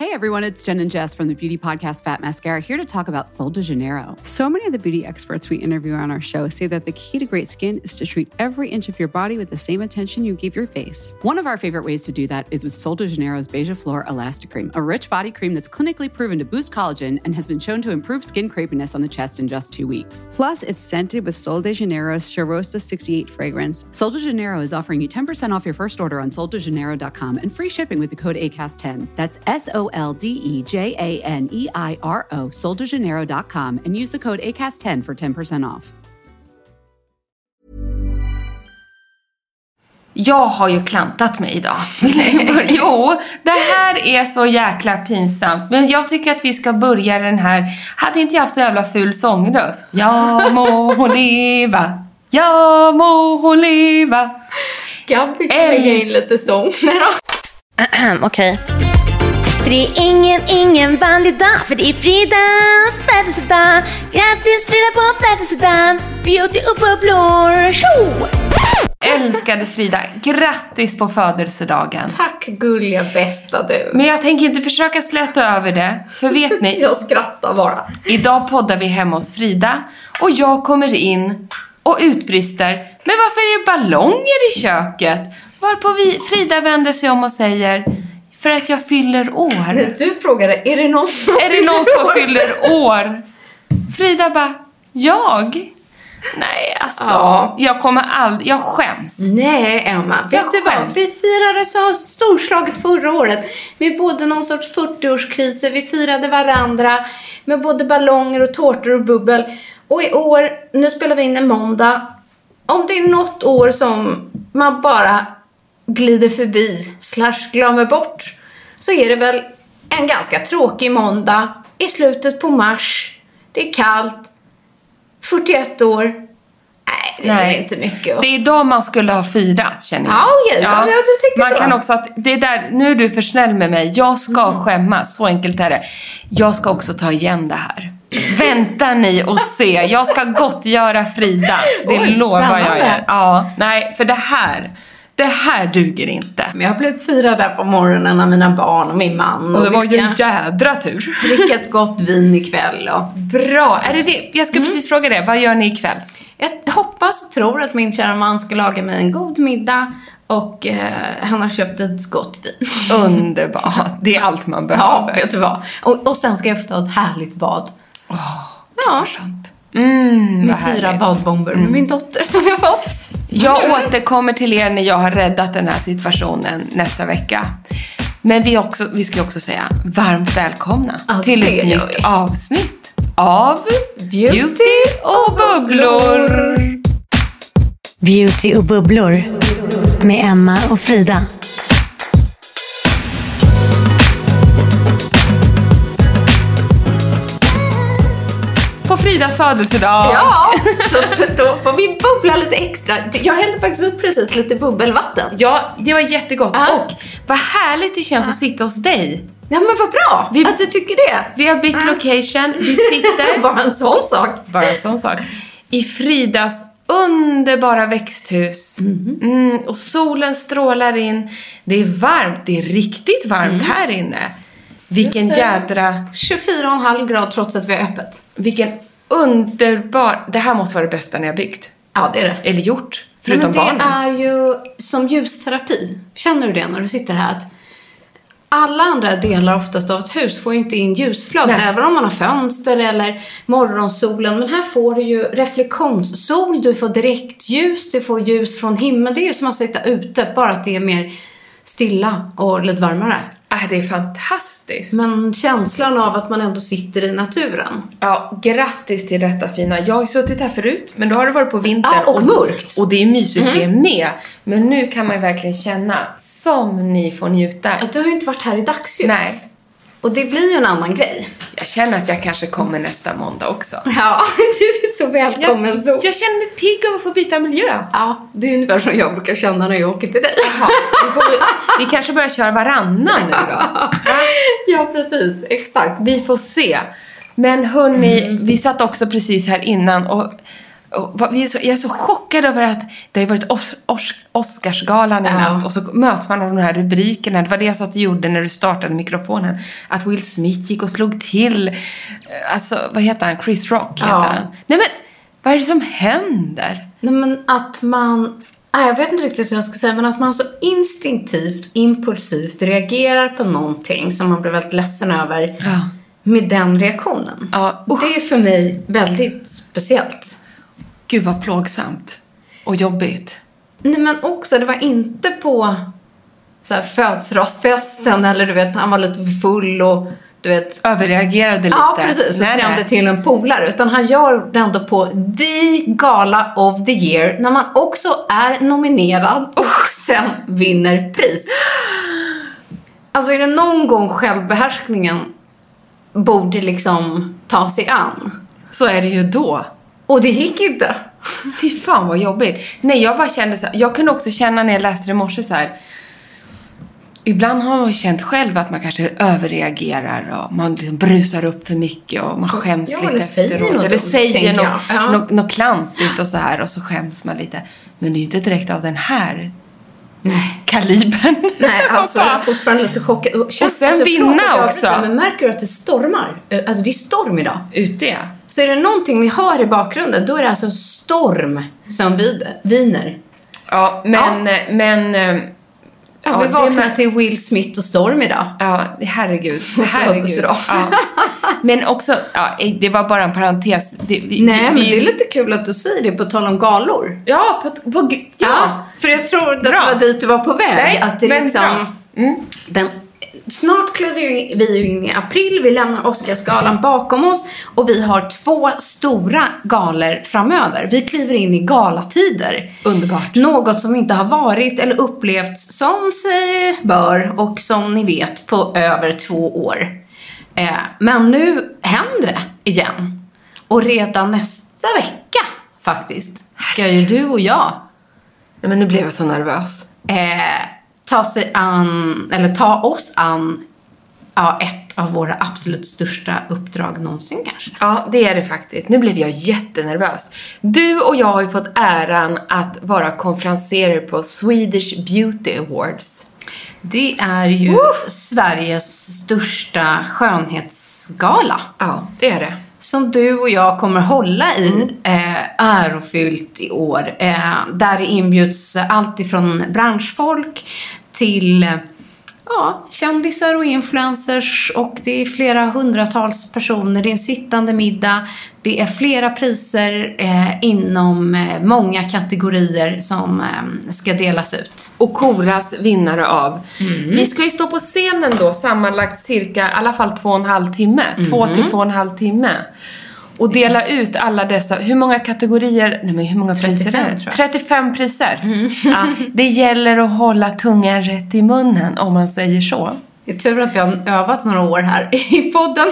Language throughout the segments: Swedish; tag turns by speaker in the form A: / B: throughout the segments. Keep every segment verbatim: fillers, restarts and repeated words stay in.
A: Hey everyone, it's Jen and Jess from the beauty podcast Fat Mascara here to talk about Sol de Janeiro. So many of the beauty experts we interview on our show say that the key to great skin is to treat every inch of your body with the same attention you give your face. One of our favorite ways to do that is with Sol de Janeiro's Beija Flor Elastic Cream, a rich body cream that's clinically proven to boost collagen and has been shown to improve skin crepiness on the chest in just two weeks. Plus, it's scented with Sol de Janeiro's Charosta sixty-eight fragrance. Sol de Janeiro is offering you ten percent off your first order on sol de janeiro dot com and free shipping with the code A C A S T ten. That's S O L D E J A N E I R O, sol de janeiro dot com, and use the code A C A S T ten for ten percent off.
B: Jag har ju klantat mig idag. Jo, det här är så jäkla pinsamt. Men jag tycker att vi ska börja den här. Hade inte jag haft så jävla ful sångröst? Ja må hon leva, ja må hon leva.
C: Gabby kan lägga in lite sång.
D: Okej. Okay. För det är ingen, ingen vanlig dag. För det är Fridas födelsedag. Grattis Frida på födelsedagen. Beauty och bubblor. Tjo!
B: Älskade Frida, grattis på födelsedagen.
C: Tack gulliga bästa du.
B: Men jag tänker inte försöka släta över det. För vet ni,
C: jag skrattar bara.
B: Idag poddar vi hemma hos Frida. Och jag kommer in och utbrister: men varför är det ballonger i köket? Varpå vi, Frida vänder sig om och säger: för att jag fyller år.
C: Du frågade, är det någon som,
B: är det någon som fyller år? Frida bara, jag? Nej, alltså, ja. jag kommer aldrig, jag skäms.
C: Nej, Emma, vet
B: jag
C: du
B: skäms.
C: vad? Vi firade så storslaget förra året med både någon sorts fyrtioårskriser. Vi firade varandra med både ballonger och tårtor och bubbel. Och i år, nu spelar vi in en måndag. Om det är något år som man bara glider förbi slash glömmer bort, så är det väl en ganska tråkig måndag i slutet på mars. Det är kallt. fyrtioett år. Nej, det
B: Nej.
C: är inte mycket.
B: Det är idag man skulle ha firat, känner jag.
C: Ja, okay. ja. ja du tycker
B: man
C: så.
B: Kan också att det där, nu är du för snäll med mig. Jag ska mm. skämmas, så enkelt är det. Jag ska också ta igen det här. Vänta ni och se. Jag ska gottgöra Frida. Det
C: Oj,
B: lovar
C: spännande.
B: jag er. Ja, nej, för det här Det här duger inte.
C: Men jag har blivit firad där på morgonen av mina barn och min man.
B: Och, och det var ju en
C: ska
B: jädra tur.
C: dricka ett gott vin ikväll. Och...
B: Bra. Är det det? Jag ska mm. precis fråga det. Vad gör ni ikväll?
C: Jag hoppas och tror att min kära man ska laga mig en god middag. Och eh, han har köpt ett gott vin.
B: Underbart. Det är allt man behöver.
C: Ja, vet du vad. Och, och sen ska jag få ta ett härligt bad.
B: Åh,
C: ja.
B: skönt. Mm,
C: med fyra härligt. badbomber med
B: mm.
C: min dotter som jag fått.
B: Jag återkommer till er när jag har räddat den här situationen nästa vecka. Men vi, också, vi ska också säga varmt välkomna
C: ja,
B: till ett nytt vi. avsnitt av Beauty, Beauty och bubblor.
D: Beauty och bubblor med Emma och Frida.
B: På Fridas födelsedag.
C: Ja, så då får vi bubbla lite extra. Jag hällde faktiskt upp precis lite bubbelvatten.
B: Ja, det var jättegott.
C: Aha.
B: Och vad härligt det känns Aha. att sitta hos dig.
C: Ja, men vad bra vi, att du tycker det.
B: Vi har bytt location. Vi sitter...
C: Bara en sån sak.
B: Bara en sån sak. I Fridas underbara växthus. Mm. Mm, och solen strålar in. Det är varmt. Det är riktigt varmt mm. här inne. Vilken jädra...
C: tjugofyra komma fem grad trots att vi är öppet.
B: Vilken underbar... Det här måste vara det bästa ni har byggt.
C: Ja, det är det.
B: Eller gjort. Förutom
C: Nej, men det
B: barnen.
C: är ju som ljusterapi. Känner du det när du sitter här? Att alla andra delar oftast av ett hus får ju inte in ljusflöde. Nej. Även om man har fönster eller morgonsolen. Men här får du ju reflektionssol. Du får direkt ljus. Du får ljus från himlen. Det är ju som att sitta ute. Bara att det är mer stilla och lite varmare.
B: Äh, det är fantastiskt.
C: Men känslan av att man ändå sitter i naturen.
B: Ja, grattis till detta fina. Jag har ju suttit här förut, men då har det varit på vintern.
C: Ja, och, och mörkt.
B: Och det är mysigt mm. det med. Men nu kan man verkligen känna som ni får njuta.
C: Att du har ju inte varit här i dagsljus.
B: Nej.
C: Och det blir ju en annan grej.
B: Jag känner att jag kanske kommer nästa måndag också.
C: Ja, du är så välkommen.
B: Jag, jag känner mig pigg av att få byta miljö.
C: Ja, det är ungefär som jag brukar känna när jag åker till dig.
B: Jaha, vi, får, vi kanske börjar köra varannan nu då. Ja,
C: ja precis. Exakt.
B: Vi får se. Men hörni, mm. vi satt också precis här innan och Och vi är så, jag är så chockad över att det har varit os, os, Oscarsgalan i
C: Ja.
B: natt. Och så möts man av de här rubrikerna. Det var det jag sa att du gjorde när du startade mikrofonen. Att Will Smith gick och slog till. Alltså, vad heter han? Chris Rock heter
C: Ja.
B: han. Nej men, vad är det som händer?
C: Nej, men att man... Nej, jag vet inte riktigt hur jag ska säga, men att man så instinktivt, impulsivt reagerar på någonting som man blir väldigt ledsen över
B: Ja.
C: med den reaktionen.
B: Ja,
C: Det är för mig väldigt speciellt.
B: Gud vad plågsamt. Och jobbigt.
C: Nej, men också, det var inte på så här födelsedagsfesten eller du vet, han var lite full och du vet...
B: Överreagerade lite.
C: Ja, precis. Och
B: Nej,
C: drömde
B: nej.
C: till en polare. Utan han gör det ändå på The Gala of the Year. När man också är nominerad och sen vinner pris. Alltså är det någon gång självbehärskningen borde liksom ta sig an?
B: Så är det ju då.
C: Och det gick inte.
B: Fy fan vad jobbigt. Nej, jag bara kände så här, jag kunde också känna när jag läste det i morse så här. Ibland har man känt själv att man kanske överreagerar och man liksom brusar upp för mycket och man skäms
C: Ja,
B: lite
C: eller säger
B: efteråt.
C: något
B: Eller
C: dumt,
B: säger
C: tänker
B: något,
C: jag. Ja.
B: något, något klantigt och så här och så skäms man lite. Men det är ju inte direkt av den här
C: Nej.
B: kalibern.
C: Nej, alltså jag är fortfarande lite chockad. Och,
B: Och sen
C: alltså,
B: vinna
C: förlåt att jag
B: också.
C: avbryter, men märker du att det stormar? Alltså det är storm idag.
B: Ute ja.
C: Så är det någonting ni hör i bakgrunden, då är det alltså storm som vider, viner.
B: Ja, men... men
C: Ja,
B: ja,
C: vi
B: det
C: vaknar
B: med-
C: till Will Smith och storm idag.
B: Ja, herregud.
C: Och
B: herregud.
C: födelsedag.
B: Ja. Men också, ja, det var bara en parentes. Det, vi,
C: Nej,
B: vi,
C: men
B: vi,
C: det är lite kul att du säger det på tal om galor.
B: Ja, på, på, ja.
C: Ja, för jag tror att det
B: Bra.
C: var dit du var på väg.
B: Nej,
C: att det
B: men
C: liksom,
B: bra. Mm.
C: den, snart kliver ju- vi ju in i april. Vi lämnar Oscarsgalan bakom oss. Och vi har två stora galor framöver. Vi kliver in i galatider.
B: Underbart.
C: Något som inte har varit eller upplevts som sig bör och som ni vet på över två år. Eh, men nu händer det igen. Och redan nästa vecka faktiskt ska ju du och jag
B: Nej, men nu blev jag så nervös.
C: eh, ta sig an, eller ta oss an ja, ett av våra absolut största uppdrag någonsin kanske.
B: Ja, det är det faktiskt. Nu blev jag jättenervös. Du och jag har ju fått äran att vara konferenserer på Swedish Beauty Awards.
C: Det är ju Sveriges största skönhetsgala.
B: Ja, det är det.
C: Som du och jag kommer hålla i
B: Mm.
C: eh, ärofyllt i år. Eh, där det inbjuds allt ifrån branschfolk till eh, ja, kändisar och influencers. Och det är flera hundratals personer. Det är en sittande middag. Det är flera priser eh, inom eh, många kategorier som eh, ska delas ut.
B: Och koras vinnare av. Vi ska ju stå på scenen då sammanlagt cirka i alla fall två och en halv timme. Två till två och en halv timme. Och dela ut alla dessa, hur många kategorier, nej men hur många priser
C: trettiofem,
B: är det?
C: tror jag.
B: trettiofem priser. Ja, det gäller att hålla tungan rätt i munnen om man säger så.
C: Det är tur att vi har övat några år här i podden.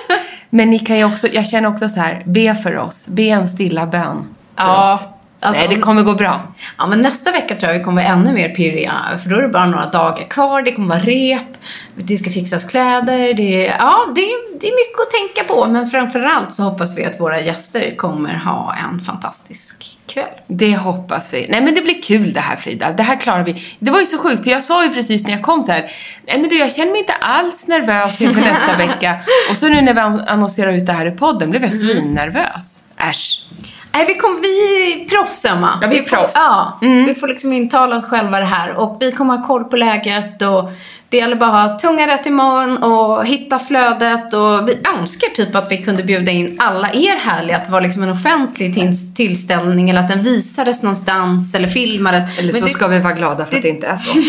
B: Men ni kan ju också, jag känner också så här, be för oss. Be en stilla bön för
C: Ja,
B: oss.
C: alltså-
B: Nej, det kommer gå bra.
C: Ja, men nästa vecka tror jag vi kommer vara ännu mer pirriga. För då är det bara några dagar kvar. Det kommer vara rep. Det ska fixas kläder. Det är, ja, det är, det är mycket att tänka på. Men framförallt så hoppas vi att våra gäster kommer ha en fantastisk kväll.
B: Det hoppas vi. Nej men det blir kul det här, Frida. Det här klarar vi. Det var ju så sjukt för jag sa ju precis när jag kom så här. Nej men du, jag känner mig inte alls nervös inför nästa vecka. Och så nu när vi annonserar ut det här i podden blev jag svinnervös. Äsch.
C: Nej, vi, kom, vi är proffs, Emma.
B: Ja, vi är
C: får,
B: proffs.
C: Ja, vi får liksom intala oss själva det här. Och vi kommer ha koll på läget. Och det gäller bara att ha tunga rätt i mun och hitta flödet. Och vi önskar typ att vi kunde bjuda in alla er härliga. Att det var liksom en offentlig till- tillställning. Eller att den visades någonstans eller filmades.
B: Eller
C: men
B: så
C: det,
B: ska vi vara glada för att det inte är så.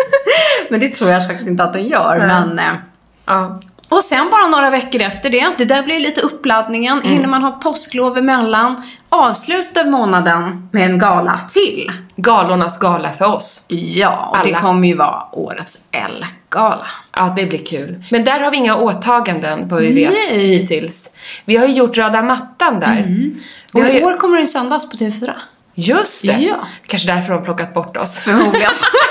C: men det tror jag faktiskt inte att den gör.
B: Nej.
C: Men... Eh,
B: Ja.
C: Och sen bara några veckor efter det, det där blir lite uppladdningen,
B: Mm.
C: hinner man ha påsklov emellan, avsluta månaden med en gala till.
B: Galornas gala för oss.
C: Ja, och det
B: Alla.
C: kommer ju vara årets L-gala.
B: Ja, det blir kul. Men där har vi inga åtaganden på vi vet
C: Nej.
B: hittills. Vi har ju gjort röda mattan där. Vi
C: Och
B: har
C: i
B: ju...
C: år kommer den sändas på T V fyra.
B: Just det.
C: Ja.
B: Kanske därför de har plockat bort oss.
C: Förmodligen.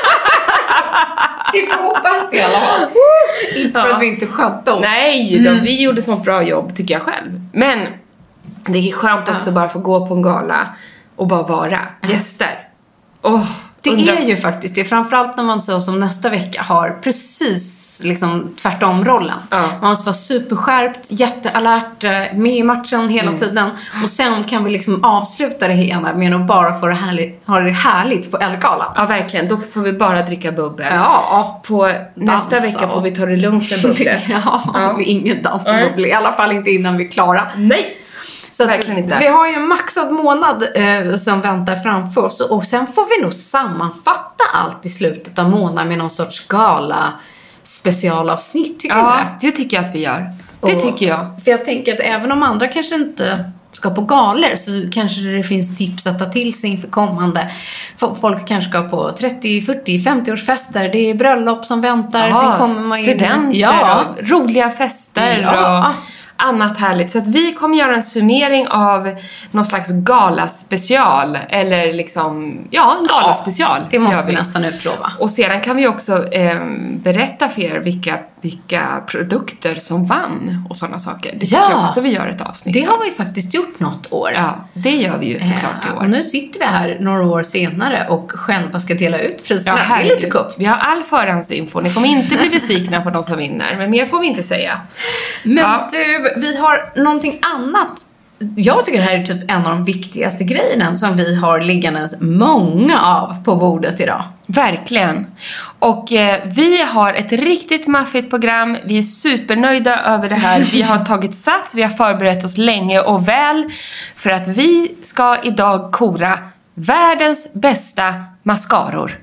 C: Vi får hoppas det i alla fall. Inte för
B: Ja.
C: att vi inte skötte oss.
B: Nej, de, vi gjorde sånt bra jobb tycker jag själv. Men Det är skönt också ja. bara få gå på en gala och bara vara gäster. Oh,
C: det
B: undra...
C: är ju faktiskt det. Framförallt när man så som nästa vecka har precis liksom tvärtom rollen. Ja. Man måste vara superskärpt, jättealert, med i matchen hela mm. tiden. Och sen kan vi liksom avsluta det hela med att bara få det härligt, ha det härligt på Ellegalan.
B: Ja, verkligen. Då får vi bara dricka bubbel.
C: Ja.
B: På nästa vecka får vi ta det lugnt med bubblet.
C: ja, ja, det blir ingen dans och bubbel. I alla fall inte innan vi är klara.
B: Nej.
C: Så att vi har ju en maxad månad eh, som väntar framför oss. Och sen får vi nog sammanfatta allt i slutet av månaden med någon sorts gala specialavsnitt, tycker
B: ja,
C: du det?
B: det tycker jag att vi gör. Det och, tycker jag.
C: För jag tänker att även om andra kanske inte ska på galer, så kanske det finns tips att ta till sig inför kommande. Folk kanske ska på trettio, fyrtio, femtio års fester. Det är bröllop som väntar.
B: Ja,
C: sen kommer man
B: studenter
C: ja.
B: och roliga fester
C: ja.
B: och annat härligt. Så att vi kommer göra en summering av någon slags galaspecial. Eller liksom, ja, en galaspecial.
C: Ja, det måste vi. vi nästan utlova.
B: Och sedan kan vi också eh, berätta för er vilka, vilka produkter som vann och sådana saker. Det tycker
C: ja,
B: jag också vi gör ett avsnitt.
C: Det har vi faktiskt gjort något år.
B: Ja, det gör vi ju såklart
C: ja,
B: i år.
C: Och nu sitter vi här några år senare och själva ska dela ut priserna.
B: Ja,
C: det är lite coolt.
B: Vi har all förhandsinfo. Ni kommer inte bli besvikna på de som vinner. Men mer får vi inte säga.
C: Men
B: ja.
C: du, vi har någonting annat. Jag tycker det här är typ en av de viktigaste grejerna som vi har liggandes många av på bordet idag.
B: Verkligen. Och eh, vi har ett riktigt maffigt program. Vi är supernöjda över det här. Vi har tagit sats, vi har förberett oss länge och väl för att vi ska idag kora världens bästa mascaror.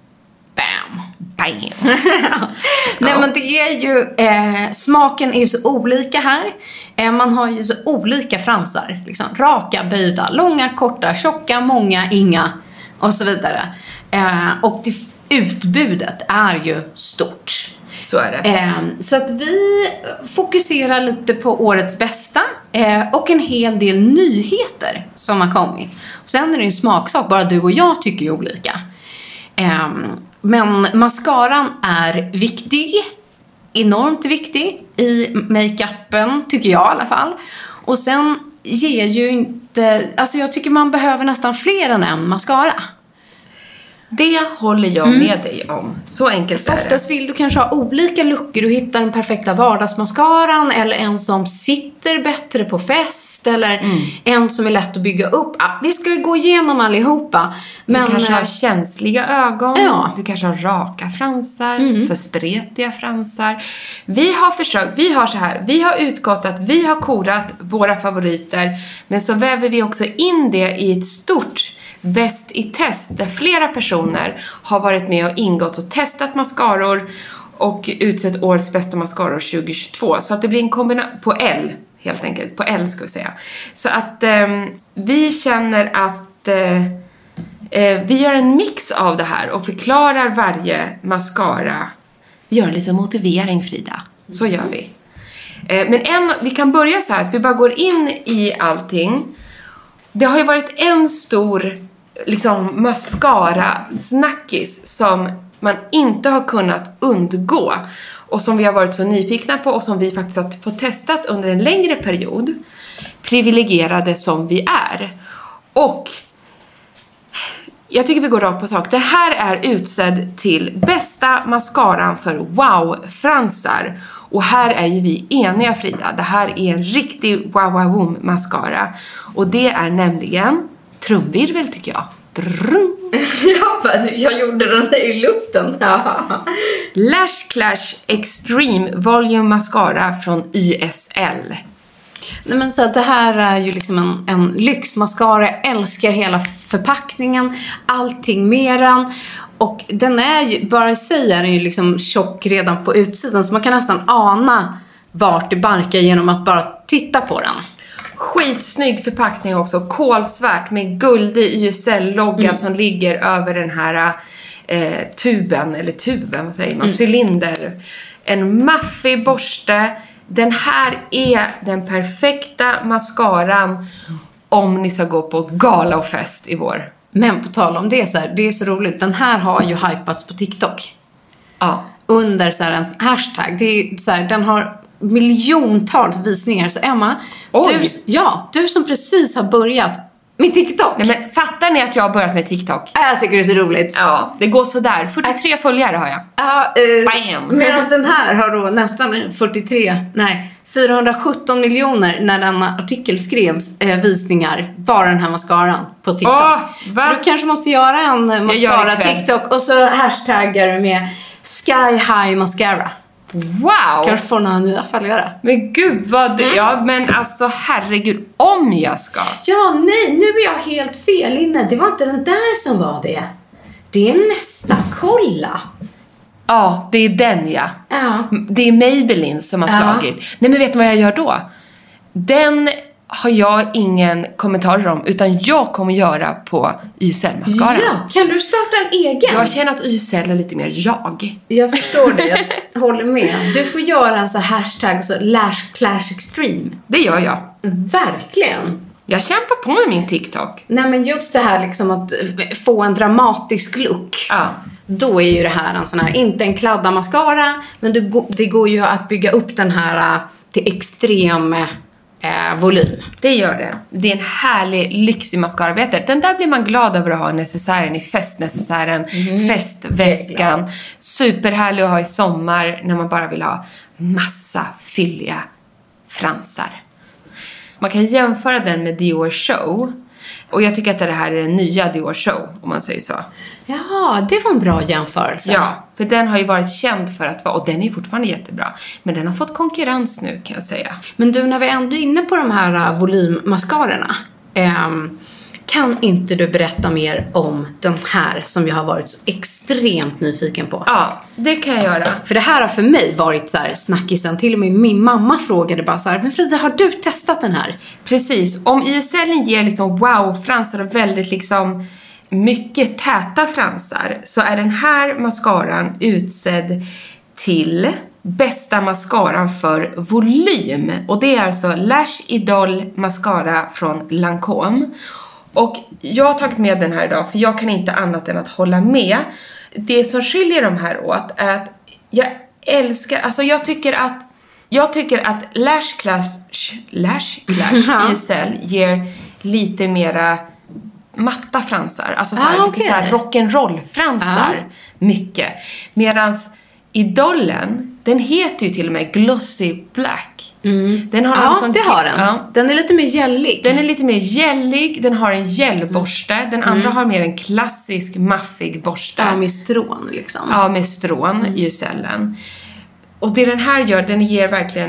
C: Bam!
B: Bam!
C: Nej, men det är ju eh, smaken är ju så olika här. eh, Man har ju så olika fransar liksom. Raka, böjda, långa, korta, tjocka, många, inga och så vidare. eh, Och det, utbudet är ju stort.
B: Så är det.
C: eh, Så att vi fokuserar lite på årets bästa eh, och en hel del nyheter som har kommit. Och sen är det en smaksak, bara du och jag tycker ju olika. eh, Men mascaran är viktig, enormt viktig i make-upen, tycker jag i alla fall. Och sen ger ju inte, alltså jag tycker man behöver nästan fler än en mascara.
B: Det håller jag
C: Mm.
B: med dig om. Så enkelt är det.
C: Oftast vill du kanske ha olika luckor. Du hittar den perfekta vardagsmascaran, eller en som sitter bättre på fest, eller
B: Mm.
C: en som är lätt att bygga upp. Ah, vi ska gå igenom allihopa. Men,
B: Du kanske har
C: eh,
B: känsliga ögon.
C: Ja.
B: Du kanske har raka fransar.
C: Mm.
B: För spretiga fransar. Vi har försökt. Vi har så här. Vi har utgått att vi har korat våra favoriter. Men så väver vi också in det i ett stort bäst i test. Där flera personer har varit med och ingått och testat mascaror. Och utsett årets bästa mascaror tjugohundratjugotvå. Så att det blir en kombination på L. Helt enkelt. På L ska vi säga. Så att eh, vi känner att eh, Eh, vi gör en mix av det här och förklarar varje mascara. Vi gör en liten motivering, Frida. Så gör vi. Eh, men en, vi kan börja så här att vi bara går in i allting. Det har ju varit en stor liksom, mascara-snackis som man inte har kunnat undgå. Och som vi har varit så nyfikna på och som vi faktiskt har fått testat under en längre period. Privilegierade som vi är. Och jag tycker vi går rakt på sak. Det här är utsedd till bästa mascaran för wow-fransar. Och här är ju vi eniga, Frida. Det här är en riktig wow-wow mascara. Och det är nämligen trumvirvel, tycker jag.
C: ja, jag gjorde den i luften.
B: Lash Clash Extreme Volume Mascara från Y S L.
C: Nej, men så att det här är ju liksom en, en lyxmascara. Jag älskar hela förpackningen, allting med den. Och den är ju, bara i sig är den ju liksom tjock redan på utsidan. Så man kan nästan ana vart det barkar genom att bara titta på den.
B: Skitsnygg förpackning också. Kolsvart med guldig Y S L-logga mm. som ligger över den här eh, tuben. Eller tuben, vad säger man? Mm. Cylinder. En maffig borste. Den här är den perfekta mascaran om ni ska gå på gala och fest i vår.
C: Men på tal om det, så här, det är så roligt. Den här har ju hypats på TikTok.
B: Ja.
C: Under så här en hashtag. Det är så här, den har miljontals visningar. Så Emma, du, ja, du som precis har börjat med TikTok.
B: Nej, men fattar ni att jag har börjat med TikTok?
C: Jag tycker det är så roligt.
B: Ja, det går så där. fyrtiotre följare har jag.
C: Ja, uh, medan den här har då nästan fyrtiotre, nej, fyrahundrasjutton miljoner när denna artikel skrevs, eh, visningar, bara den här mascaran på TikTok.
B: Åh,
C: så du kanske måste göra en mascara TikTok och så hashtaggar du med Sky High Mascara.
B: Wow!
C: Kanske får några nya följare.
B: Men gud vad... Mm. Ja, men alltså herregud, om jag ska...
C: Ja, nej, nu är jag helt fel inne. Det var inte den där som var det. Det är nästa, kolla.
B: Ja, det är den, ja.
C: Ja.
B: Det är Maybelline som har slagit. Ja. Nej, men vet du vad jag gör då? Den har jag ingen kommentarer om, utan jag kommer göra på Y S L-mascara.
C: Ja, kan du starta en egen?
B: Jag känner att Y S L är lite mer jag.
C: Jag förstår det, jag håller med. Du får göra en så hashtag, så Lash Clash Extreme.
B: Det gör jag.
C: Verkligen.
B: Jag kämpar på med min TikTok.
C: Nej, men just det här liksom att få en dramatisk look.
B: Ja.
C: Då är ju det här en sån här, inte en kladda mascara, men det, det går ju att bygga upp den här till extrem eh, volym.
B: Det gör det. Det är en härlig, lyxig mascara. Vet du, den där blir man glad över att ha necessären i festnecessären, mm. festväskan. Superhärlig att ha i sommar när man bara vill ha massa fylliga fransar. Man kan jämföra den med Dior Show. Och jag tycker att det här är den nya Dior Show, om man säger så.
C: Ja, det var en bra jämförelse.
B: Ja, för den har ju varit känd för att vara, och den är fortfarande jättebra. Men den har fått konkurrens nu, kan jag säga.
C: Men du, när vi ändå är inne på de här uh, volymmascarorna, um, kan inte du berätta mer om den här som jag har varit så extremt nyfiken på?
B: Ja, det kan jag göra.
C: För det här har för mig varit så här snackisen. Till och med min mamma frågade bara så här: men Frida, har du testat den här?
B: Precis, om Y S L ger liksom wow-fransar och väldigt liksom mycket täta fransar, så är den här mascaran utsedd till bästa mascaran för volym. Och det är alltså Lash Idol mascara från Lancôme. Och jag har tagit med den här idag, för jag kan inte annat än att hålla med. Det som skiljer de här åt är att jag älskar, alltså jag tycker att jag tycker att Lash Clash Lash Clash Y S L ger lite mera matta fransar, alltså så här, ah, okay. lite så här rock'n'roll fransar, ah. mycket. Medans Idolen, den heter ju till och med Glossy Black.
C: Mm. Den har ja, det har den. Ja. Den är lite mer gällig.
B: Den är lite mer gällig. Den har en gelborste. Mm. Den andra mm. har mer en klassisk maffig borste.
C: Ja, med strån liksom.
B: Ja, med strån mm. i cellen. Och det den här gör, den ger verkligen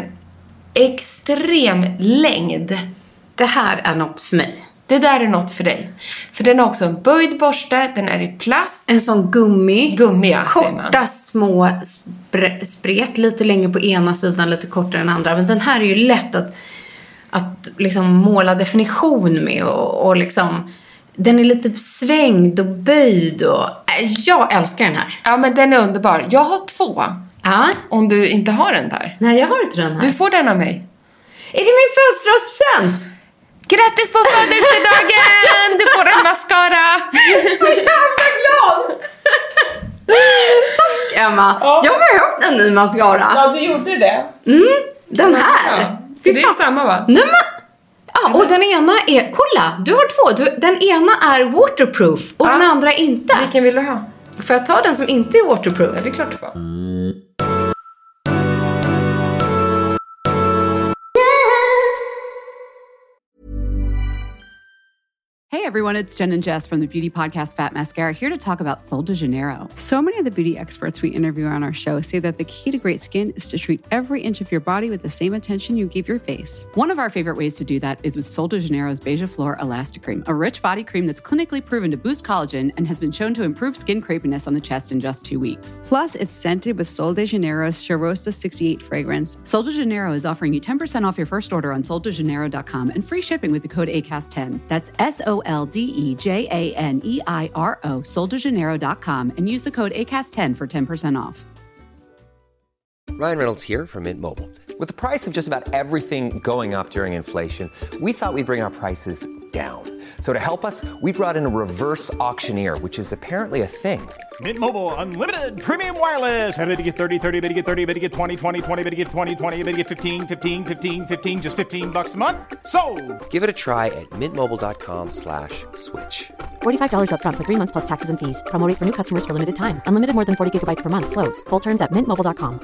B: extrem längd.
C: Det här är något för mig.
B: Det där är något för dig. För den har också en böjd borste. Den är i plast.
C: En sån gummi.
B: Gummi, ja,
C: korta små spre- spret. Lite längre på ena sidan, lite kortare än andra. Men den här är ju lätt att, att liksom måla definition med. Och, och liksom, den är lite svängd och böjd. Och, äh, jag älskar den här.
B: Ja, men den är underbar. Jag har två.
C: Ja.
B: Om du inte har den där.
C: Nej, jag har inte den här.
B: Du får den av mig.
C: Är det min födelsedagspresent?
B: Grattis på födelsedagen! Du får en mascara.
C: Så jävla glad! Tack, Emma. Ja. Jag har behövt en ny mascara.
B: Ja, du gjorde det.
C: Mm, den här.
B: Ja. Det är samma, va?
C: Nej, men... Ja, och den ena är... Kolla, du har två. Du, den ena är waterproof och ja. Den andra inte.
B: Vilken vill du ha?
C: Får jag ta den som inte är waterproof?
B: Ja, det är klart du får.
A: Hey everyone, it's Jen and Jess from the beauty podcast Fat Mascara, here to talk about Sol de Janeiro. So many of the beauty experts we interview on our show say that the key to great skin is to treat every inch of your body with the same attention you give your face. One of our favorite ways to do that is with Sol de Janeiro's Beija Flor Elastic Cream, a rich body cream that's clinically proven to boost collagen and has been shown to improve skin crepiness on the chest in just two weeks. Plus, it's scented with Sol de Janeiro's Charosta sixty-eight fragrance. Sol de Janeiro is offering you ten percent off your first order on sol de janeiro dot com and free shipping with the code A C A S T ten. That's S O L D E J A N E I R O, sol de janeiro dot com, and use the code A C A S ten for ten percent off.
E: Ryan Reynolds here from Mint Mobile. With the price of just about everything going up during inflation, we thought we'd bring our prices down. So to help us, we brought in a reverse auctioneer, which is apparently a thing.
F: Mint Mobile Unlimited Premium Wireless. How to get thirty, thirty, how to get thirty, how to get twenty, twenty, twenty, how to get twenty, twenty, how to get fifteen, fifteen, fifteen, fifteen, just fifteen bucks a month? Sold!
E: Give it a try at mintmobile.com slash switch.
G: forty-five dollars up front for three months plus taxes and fees. Promo rate for new customers for limited time. Unlimited more than forty gigabytes per month. Slows full terms at mint mobile dot com.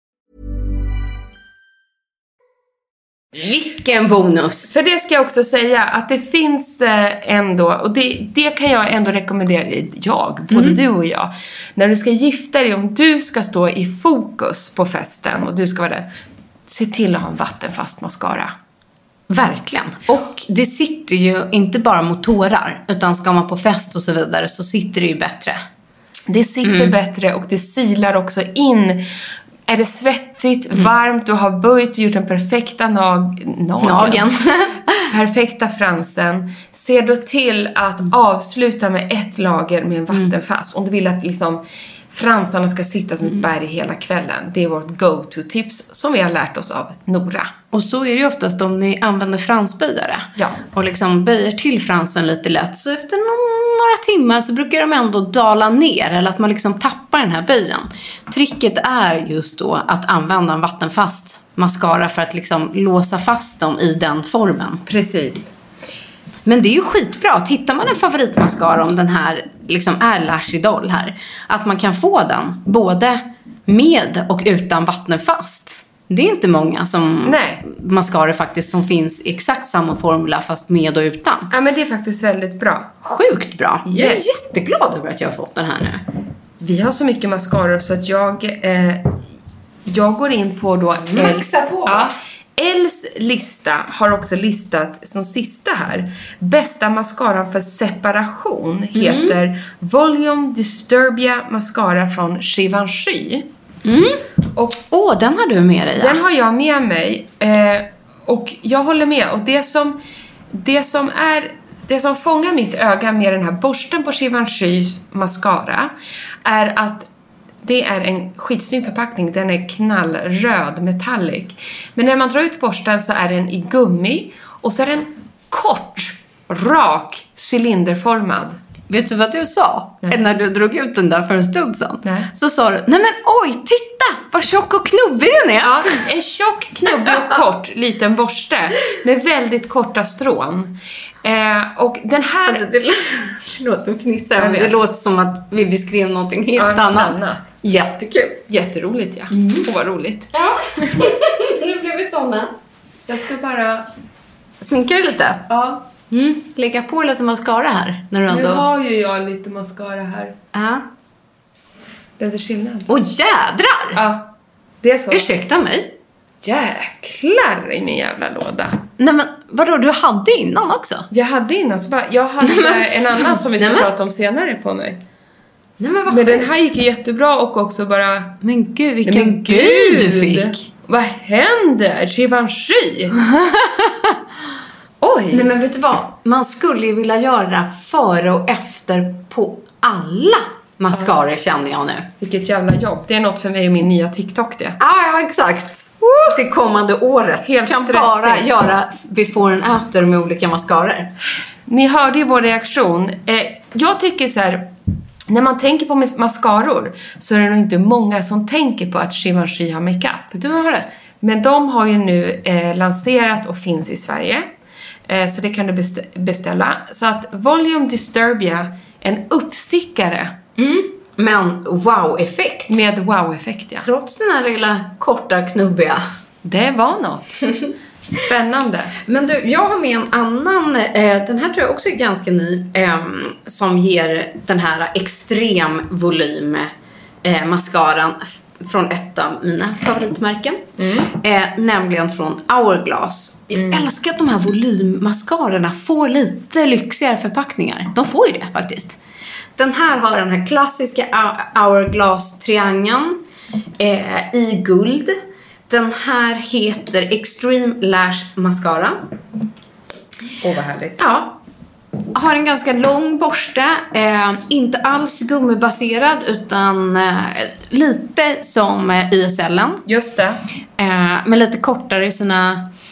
C: Vilken bonus!
B: För det ska jag också säga att det finns ändå, och det, det kan jag ändå rekommendera, jag, både mm. du och jag, när du ska gifta dig, om du ska stå i fokus på festen och du ska vara där, se till att ha en vattenfast mascara.
C: Verkligen. Och det sitter ju inte bara mot tårar, utan ska man på fest och så vidare så sitter det ju bättre.
B: Det sitter mm. bättre och det silar också in. Är det svettigt, mm. varmt, du har böjt och gjort den perfekta nag- nagen. nagen. perfekta fransen. Se då till att avsluta med ett lager med en vattenfast. Mm. Om du vill att liksom fransarna ska sitta som ett berg hela kvällen. Det är vårt go-to-tips som vi har lärt oss av Nora.
C: Och så är det ju oftast om ni använder fransböjare.
B: Ja.
C: Och liksom böjer till fransen lite lätt. Så efter några timmar så brukar de ändå dala ner. Eller att man liksom tappar den här böjen. Tricket är just då att använda en vattenfast mascara för att liksom låsa fast dem i den formen.
B: Precis.
C: Men det är ju skitbra. Tittar man en favoritmascara om den här liksom är Lash Idol här. Att man kan få den både med och utan vattenfast. Det är inte många som
B: Nej.
C: mascara faktiskt som finns i exakt samma formula fast med och utan.
B: Ja, men det är faktiskt väldigt bra.
C: Sjukt bra.
B: Yes.
C: Jag är jätteglad över att jag har fått den här nu.
B: Vi har så mycket mascaror så att jag eh, jag går in på då
C: Maxa på.
B: Ja. Els lista har också listat som sista här. Bästa mascaran för separation heter mm. Volume Disturbia mascara från Givenchy.
C: Mm. Och åh, den har du med dig. Ja.
B: Den har jag med mig eh, och jag håller med. Och det som det som är det som fångar mitt öga med den här borsten på Givenchys mascara är att det är en skitsnygg förpackning. Den är knallröd, metallic. Men när man drar ut borsten så är den i gummi. Och så är den kort, rak, cylinderformad.
C: Vet du vad du sa? Nej. När du drog ut den där för en stund sedan.
B: Nej.
C: Så sa du, nej men oj, titta! Vad tjock och knubbig den är.
B: Ja, en tjock, knubbig och kort liten borste. Med väldigt korta strån. Eh, och den här...
C: Alltså det låter fnissa, men det låter som att vi beskrev någonting helt ja, annat. annat. Jättekul.
B: Jätteroligt, ja. Mm. Och vad roligt.
C: Ja, nu blev vi såna.
B: Jag ska bara...
C: Sminka dig lite?
B: Ja.
C: Mm. Lägga på lite mascara här. När du ändå...
B: Nu har ju jag lite mascara här.
C: Ja.
B: Det är skillnad.
C: Åh, jädrar!
B: Ja, det är så.
C: Ursäkta mig.
B: Jäklar i min jävla låda.
C: Nej men, vadå, du hade innan också?
B: Jag hade innan, så bara, jag hade en annan som vi ska Nej, prata om senare på mig.
C: Nej, men vad
B: men den här gick ju jättebra och också bara...
C: Men gud, vilken
B: Nej, men
C: gud du fick.
B: Vad händer? Givenchy? Oj.
C: Nej men vet du vad? Man skulle ju vilja göra före och efter på alla mascaror ja. Känner jag nu.
B: Vilket jävla jobb. Det är något för mig och min nya TikTok det.
C: Ah, ja, exakt. Det kommande året.
B: Helt
C: du kan
B: stressig.
C: Bara göra before and after med olika mascaror.
B: Ni hörde ju vår reaktion. Eh, jag tycker så här, när man tänker på mascaror så är det nog inte många som tänker på att Givenchy har makeup.
C: Du har rätt.
B: Men de har ju nu eh, lanserat och finns i Sverige. Eh, så det kan du bestä- beställa. Så att Volume Disturbia, en uppstickare.
C: Mm. Men wow-effekt.
B: Med wow-effekt, ja.
C: Trots den här lilla korta knubbiga.
B: Det var något. Spännande.
C: Men du, jag har med en annan. Eh, den här tror jag också är ganska ny. Eh, som ger den här extrem volym eh, mascaran från ett av mina favoritmärken. Mm. Eh, nämligen från Hourglass. Mm. Jag älskar att de här volymmascarorna får lite lyxigare förpackningar. De får ju det faktiskt. Den här har den här klassiska Hourglass-triangeln eh, i guld. Den här heter Extreme Lash Mascara.
B: Åh, oh, vad härligt.
C: Ja. Har en ganska lång borste. Eh, inte alls gummibaserad utan eh, lite som eh, Y S L-en.
B: Just det.
C: Eh, men lite kortare i sina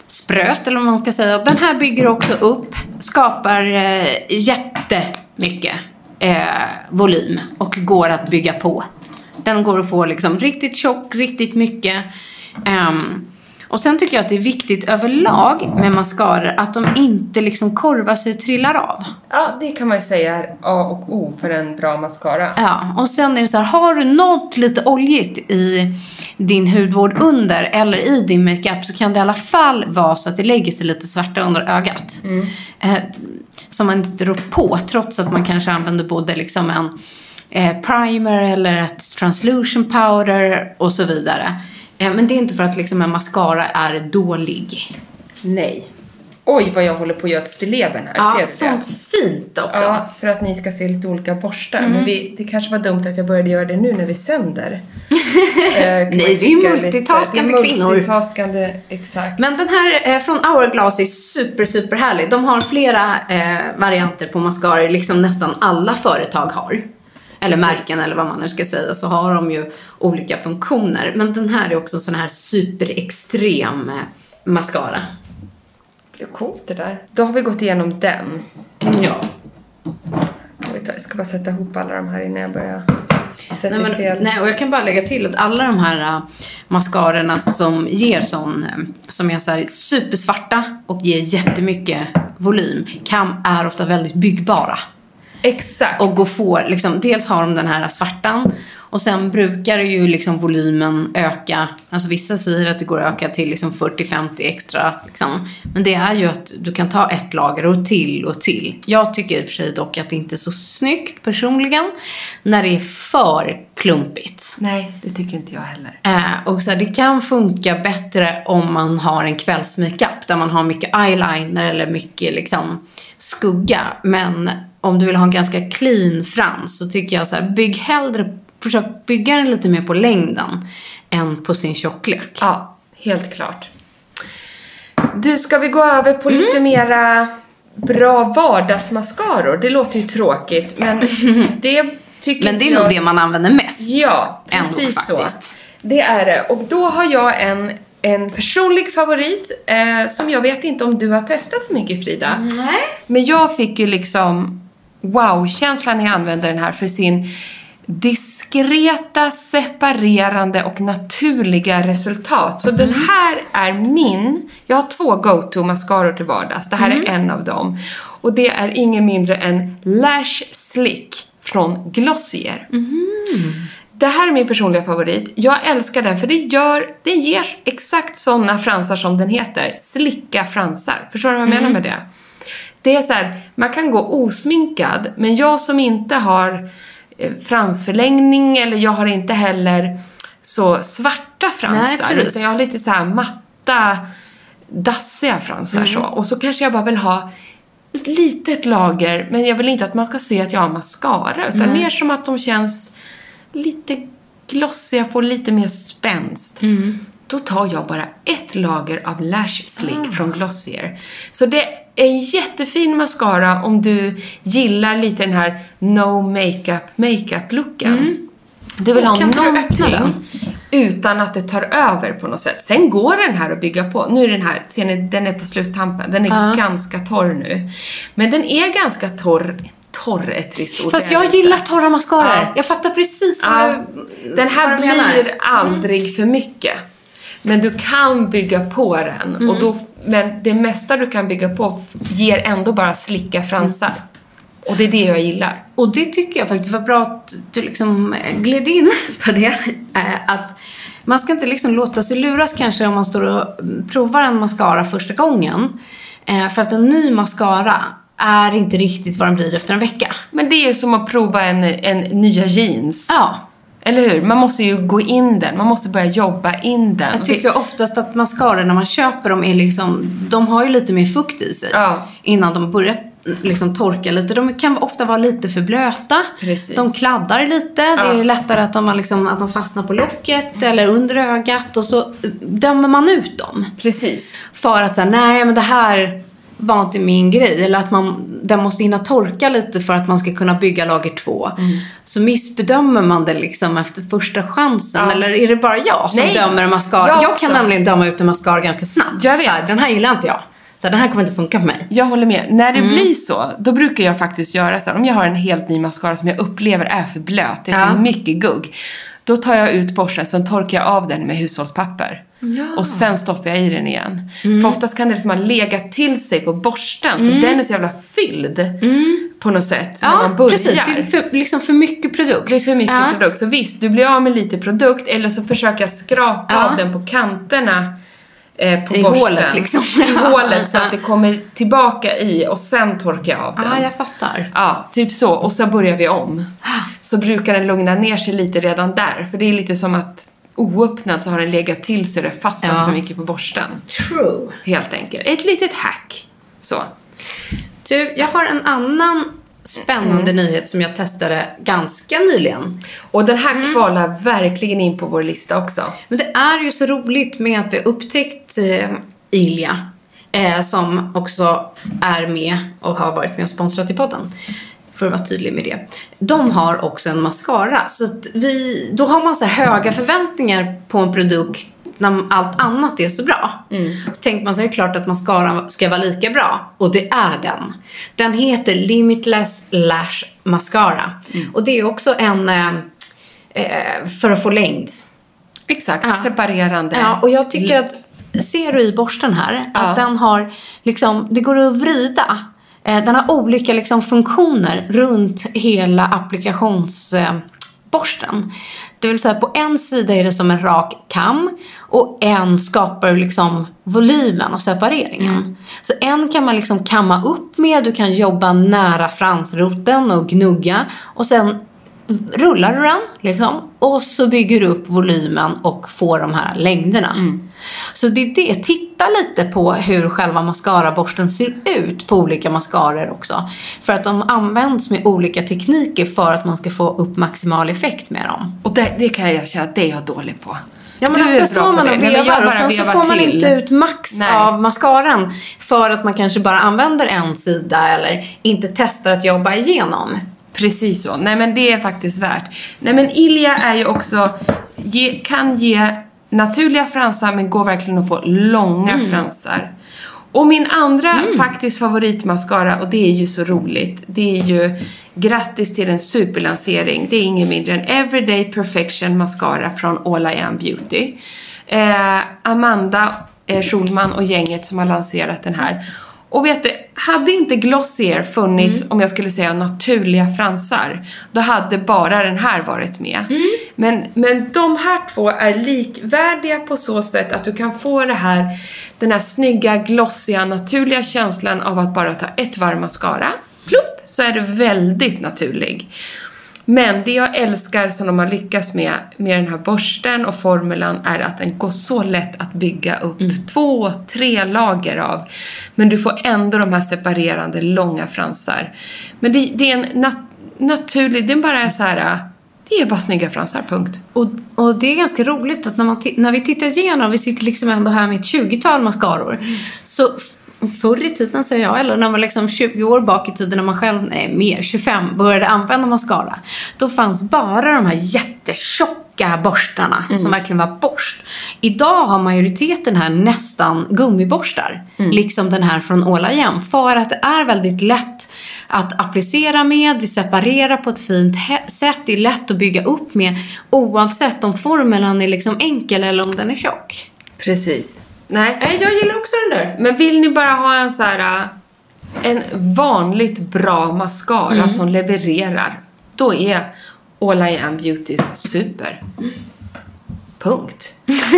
C: spröt eller vad man ska säga. Den här bygger också upp, skapar eh, jättemycket eh, volym och går att bygga på. Den går att få liksom riktigt tjock, riktigt mycket. Um, och sen tycker jag att det är viktigt överlag med mascaror att de inte liksom korvar sig och trillar av.
B: Ja, det kan man ju säga är A och O för en bra mascara.
C: Ja, och sen är det så här, har du något lite oljigt i din hudvård under eller i din makeup så kan det i alla fall vara så att det lägger sig lite svarta under ögat. Mm. Eh, som man inte rår på trots att man kanske använder både liksom en eh, primer eller ett translution powder och så vidare. Eh, men det är inte för att liksom en mascara är dålig.
B: Nej. Oj, vad jag håller på att göra till levern här.
C: Ja,
B: ser du
C: sånt
B: det?
C: Fint också.
B: Ja, för att ni ska se lite olika borstar.
C: Mm.
B: Men vi, det kanske var dumt att jag började göra det nu när vi sänder. eh,
C: Nej, det är ju multitaskande
B: lite,
C: kvinnor.
B: Multitaskande, exakt.
C: Men den här eh, från Hourglass är super, super härlig. De har flera eh, varianter på mascaror, liksom nästan alla företag har. Eller
B: Precis.
C: märken eller vad man nu ska säga. Så har de ju olika funktioner. Men den här är också en sån här superextrem eh, mascara.
B: Det är coolt det där. Då har vi gått igenom den.
C: Ja.
B: Jag ska bara sätta ihop alla de här innan jag börjar sätta
C: Nej, men,
B: fel.
C: nej, och jag kan bara lägga till att alla de här uh, mascarorna som ger sån, uh, som är så här supersvarta och ger jättemycket volym kan, är ofta väldigt byggbara.
B: Exakt.
C: Och gå få, liksom, dels har de den här svartan och sen brukar ju liksom volymen öka. Alltså vissa säger att det går att öka till liksom fyrtio till femtio extra. Liksom. Men det är ju att du kan ta ett lager och till och till. Jag tycker i och för sig dock att det inte är så snyggt personligen när det är för klumpigt.
B: Nej, det tycker inte jag heller.
C: Eh, och så här, det kan funka bättre om man har en kvällsmakeup där man har mycket eyeliner eller mycket liksom skugga. Men om du vill ha en ganska clean frans så tycker jag så här, bygg hellre, försök bygga den lite mer på längden än på sin tjocklek.
B: Ja, helt klart. Du, ska vi gå över på mm. lite mera bra vardagsmascaror? Det låter ju tråkigt, men det tycker
C: Men det är
B: jag...
C: nog det man använder mest.
B: Ja, precis så. Det är det. Och då har jag en, en personlig favorit eh, som jag vet inte om du har testat så mycket, Frida.
C: Nej.
B: Men jag fick ju liksom wow-känslan när jag använde den här för sin diskreta, separerande och naturliga resultat. Så mm. den här är min... Jag har två go-to-mascaror till vardags. Det här mm. är en av dem. Och det är ingen mindre än Lash Slick från Glossier. Mm. Det här är min personliga favorit. Jag älskar den för det gör, den ger exakt sådana fransar som den heter. Slicka fransar. Förstår du vad jag mm. menar med det? Det är så här, man kan gå osminkad, men jag som inte har eh, fransförlängning eller jag har inte heller så svarta fransar. Nej, utan jag har lite så här matta, dassiga fransar mm. så. Och så kanske jag bara vill ha ett litet lager, men jag vill inte att man ska se att jag har mascara, utan mm. mer som att de känns lite glossiga, får lite mer spänst. Mm. Då tar jag bara ett lager av Lash Slick ah. från Glossier. Så det är en jättefin mascara om du gillar lite den här no makeup makeup looken. Mm. Du vill ha någonting utan att det tar över på något sätt. Sen går den här att bygga på. Nu är den här, ser ni, den är på sluttampen. Den är uh. ganska torr nu. Men den är ganska torr. Torr är ett trist ord.
C: Fast jag gillar torra mascaror. Ja. Jag fattar precis vad
B: ja.
C: du
B: Den här
C: vad
B: blir
C: menar.
B: aldrig mm. för mycket. Men du kan bygga på den. Mm. Och då, men det mesta du kan bygga på ger ändå bara slicka fransar. Mm. Och det är det jag gillar.
C: Och det tycker jag faktiskt var bra att du liksom gled in på det. Att man ska inte liksom låta sig luras kanske om man står och provar en mascara första gången. För att en ny mascara är inte riktigt vad den blir efter en vecka.
B: Men det är ju som att prova en, en nya jeans.
C: Ja.
B: Eller hur? Man måste ju gå in den. Man måste börja jobba in den.
C: Jag tycker oftast att mascaror när man köper dem är liksom... De har ju lite mer fukt i sig.
B: Ja.
C: Innan de börjar liksom torka lite. De kan ofta vara lite för blöta.
B: Precis.
C: De kladdar lite. Ja. Det är lättare att de, liksom, att de fastnar på locket eller under ögat. Och så dömer man ut dem.
B: Precis.
C: För att säga, nej men det här var inte min grej. Eller att man den måste hinna torka lite för att man ska kunna bygga lager två. Mm. Så missbedömer man det liksom efter första chansen. Ja. Eller är det bara jag som Nej. dömer en mascara? Jag, jag kan nämligen döma ut en mascara ganska snabbt. Jag vet. Så här, den här gillar inte jag. Så den här kommer inte funka på mig.
B: Jag håller med. När det mm. blir så, då brukar jag faktiskt göra så här. Om jag har en helt ny mascara som jag upplever är för blöt, det är för ja. mycket gugg. Då tar jag ut borsten, så torkar jag av den med hushållspapper. Ja. Och sen stoppar jag i den igen. Mm. För oftast kan det liksom ha legat till sig på borsten. Så mm. den är så jävla fylld mm. på något sätt
C: ja,
B: när man börjar.
C: Precis, det är för, liksom för mycket produkt.
B: Det är för mycket ja. produkt. Så visst, du blir av med lite produkt. Eller så försöker jag skrapa ja. av den på kanterna. Eh, på
C: I
B: borsten.
C: hålet liksom.
B: I hålet så att det kommer tillbaka i. Och sen torkar jag av den.
C: Ja, jag fattar.
B: Ja, typ så. Och så börjar vi om. Så brukar den lugna ner sig lite redan där. För det är lite som att oöppnad så har den legat till sig och det fastnat ja. för mycket på borsten.
C: True.
B: Helt enkelt. Ett litet hack. Så.
C: Du, jag har en annan spännande mm. nyhet som jag testade ganska nyligen.
B: Och den här mm. kvalar verkligen in på vår lista också.
C: Men det är ju så roligt med att vi upptäckt eh, Ilia. Eh, som också är med och har varit med och sponsrat i podden. För att vara tydlig med det. De har också en mascara. Så att vi, då har man så här höga förväntningar på en produkt när allt annat är så bra. Mm. Så tänker man så är det klart att mascaran ska vara lika bra. Och det är den. Den heter Limitless Lash Mascara. Mm. Och det är också en eh, för att få längd.
B: Exakt, ja. separerande.
C: Ja, och jag tycker att ser du i borsten här ja. att den har liksom, det går att vrida. Den har olika liksom, funktioner runt hela applikationsborsten. Det vill säga på en sida är det som en rak kam och en skapar liksom volymen och separeringen. Mm. Så en kan man liksom kamma upp med, du kan jobba nära fransroten och gnugga och sen rullar du den liksom, och så bygger du upp volymen och får de här längderna. Mm. Så det är det. Titta lite på hur själva mascaraborsten ser ut på olika mascaror också. För att de används med olika tekniker för att man ska få upp maximal effekt med dem.
B: Och det, det kan jag känna att det är jag dålig på.
C: Ja, men ofta står man och vevar och sen så får man till. inte ut max Nej. av mascaran för att man kanske bara använder en sida eller inte testar att jobba igenom.
B: Precis så. Nej, men det är faktiskt värt. Nej, men Ilia är ju också ge, kan ge naturliga fransar men går verkligen att få långa mm. fransar. Och min andra mm. faktiskt favoritmascara, och det är ju så roligt, det är ju grattis till en superlansering. Det är ingen mindre än Everyday Perfection Mascara från All I Am Beauty. Eh, Amanda eh, Schulman och gänget som har lanserat den här. Och vet du, hade inte Glossier funnits, mm. om jag skulle säga naturliga fransar, då hade bara den här varit med. Mm. Men, men de här två är likvärdiga på så sätt att du kan få det här, den här snygga, glossiga, naturliga känslan av att bara ta ett varv mascara. Plupp, så är det väldigt naturlig. Men det jag älskar som de har lyckats med med den här borsten och formulan är att den går så lätt att bygga upp mm. två, tre lager av. Men du får ändå de här separerande långa fransar. Men det, det är en nat- naturlig, det är bara så här, det är bara snygga fransar, punkt.
C: Och, och det är ganska roligt att när, man t- när vi tittar igenom, vi sitter liksom ändå här med ett tjugotal mascaror, mm. så förr i tiden säger jag, eller när man var liksom tjugo år bak i tiden när man själv, nej mer, tjugofem började använda mascara, då fanns bara de här jättetjocka borstarna mm. som verkligen var borst. Idag har majoriteten här nästan gummiborstar, mm. liksom den här från All I Am, för att det är väldigt lätt att applicera med, det separerar på ett fint he- sätt, det är lätt att bygga upp med oavsett om formeln är liksom enkel eller om den är tjock.
B: Precis. Nej,
C: jag gillar också den där.
B: Men vill ni bara ha en så här, en vanligt bra mascara mm. som levererar, då är All I Am Beautys super. Punkt.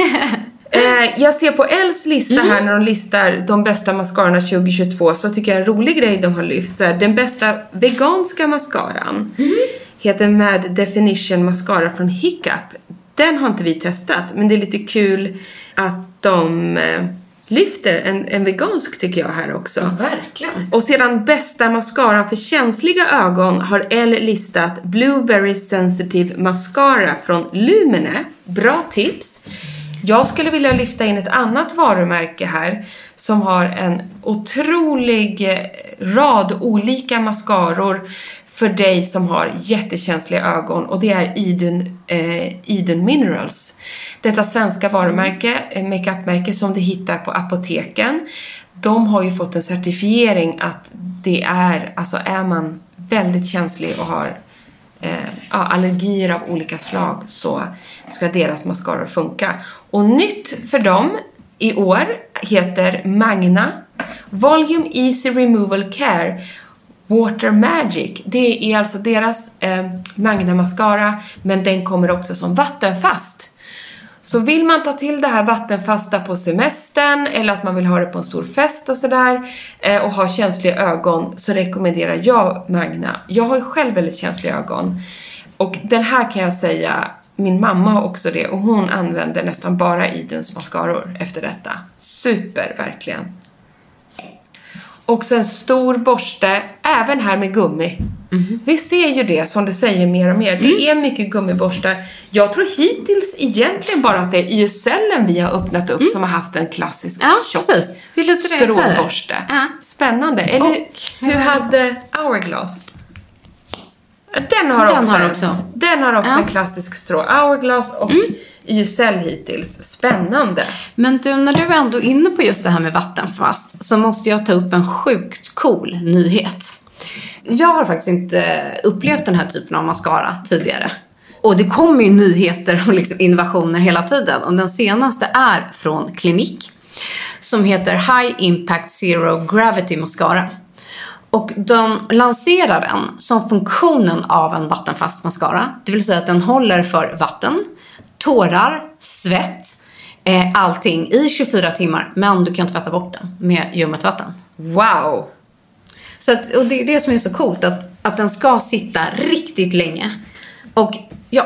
B: eh, jag ser på Els lista mm. här när de listar de bästa mascarorna tjugo tjugotvå, så tycker jag en rolig grej de har lyft. Så här, den bästa veganska mascaran mm. heter Mad Definition Mascara från Hiccup. Den har inte vi testat, men det är lite kul att de eh, lyfter en, en vegansk tycker jag här också.
C: Ja, verkligen.
B: Och sedan bästa mascaran för känsliga ögon har Elle listat Blueberry Sensitive Mascara från Lumene. Bra tips. Jag skulle vilja lyfta in ett annat varumärke här som har en otrolig rad olika mascaror för dig som har jättekänsliga ögon, och det är Eden, eh, Eden Minerals. Detta svenska varumärke, eh, makeupmärke som du hittar på apoteken. De har ju fått en certifiering att det är, alltså är man väldigt känslig och har eh, ja, allergier av olika slag, så ska deras mascaror funka. Och nytt för dem i år heter Magna Volume Easy Removal Care Water Magic. Det är alltså deras eh, Magna mascara, men den kommer också som vattenfast. Så vill man ta till det här vattenfasta på semestern, eller att man vill ha det på en stor fest och sådär, eh, och ha känsliga ögon, så rekommenderar jag Magna. Jag har ju själv väldigt känsliga ögon, och den här kan jag säga, min mamma har också det, och hon använder nästan bara Edens mascaror efter detta. Super, verkligen. Och en stor borste, även här med gummi. Mm. Vi ser ju det, som du säger, mer och mer. Mm. Det är mycket gummiborstar. Jag tror hittills egentligen bara att det är Y S L vi har öppnat upp mm. som har haft en klassisk
C: ja,
B: tjock stråborste. Ja. Spännande. Eller och, hur hade Hourglass? Den har, den också, har också. Den har också ja. en klassisk strå. Hourglass och mm. Y S L hittills. Spännande.
C: Men du, när du är ändå inne på just det här med vattenfast, så måste jag ta upp en sjukt cool nyhet. Jag har faktiskt inte upplevt den här typen av mascara tidigare. Och det kommer ju nyheter och liksom innovationer hela tiden. Och den senaste är från Clinique, som heter High Impact Zero Gravity Mascara. Och de lanserar den som funktionen av en vattenfast mascara. Det vill säga att den håller för vatten, tårar, svett, eh, allting i tjugofyra timmar. Men du kan tvätta bort den med ljummet vatten.
B: Wow!
C: Så att, och det är det som är så coolt, att, att den ska sitta riktigt länge. Och jag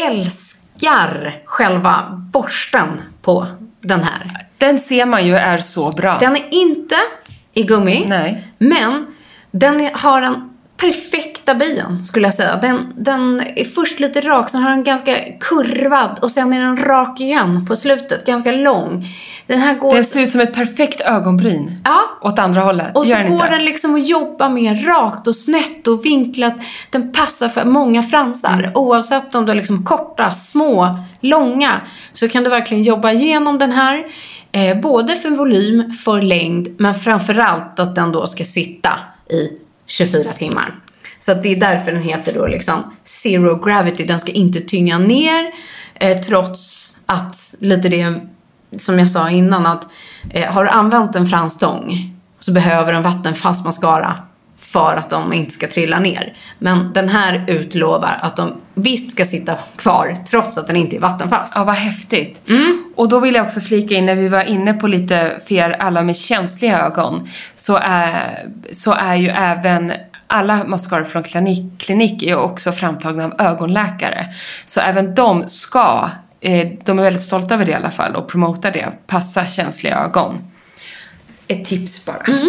C: älskar själva borsten på den här.
B: Den ser man ju är så bra.
C: Den är inte i gummi.
B: Nej.
C: Men den har en perfekta bion, skulle jag säga. Den, den är först lite rak, sen har den ganska kurvad, och sen är den rak igen på slutet, ganska lång. Den här går...
B: Den ser ut som ett perfekt ögonbryn.
C: Ja.
B: Åt andra hållet.
C: Och så
B: den
C: går
B: inte.
C: den liksom att jobba med rakt och snett och vinklat. Den passar för många fransar. Mm. Oavsett om du är liksom korta, små, långa, så kan du verkligen jobba igenom den här. Eh, både för volym, för längd, men framförallt att den då ska sitta i tjugofyra timmar. Så att det är därför den heter då liksom Zero Gravity. Den ska inte tynga ner, eh, trots att lite det som jag sa innan, att eh, har du använt en franstång, så behöver en vattenfast mascara för att de inte ska trilla ner. Men den här utlovar att de visst ska sitta kvar trots att den inte är vattenfast.
B: Ja, vad häftigt.
C: Mm.
B: Och då vill jag också flika in, när vi var inne på lite för er alla med känsliga ögon, så är, så är ju även alla mascaror från Clinique är också framtagna av ögonläkare. Så även de ska, de är väldigt stolta över det i alla fall, och promotar det, passa känsliga ögon. Ett tips bara.
C: Mm.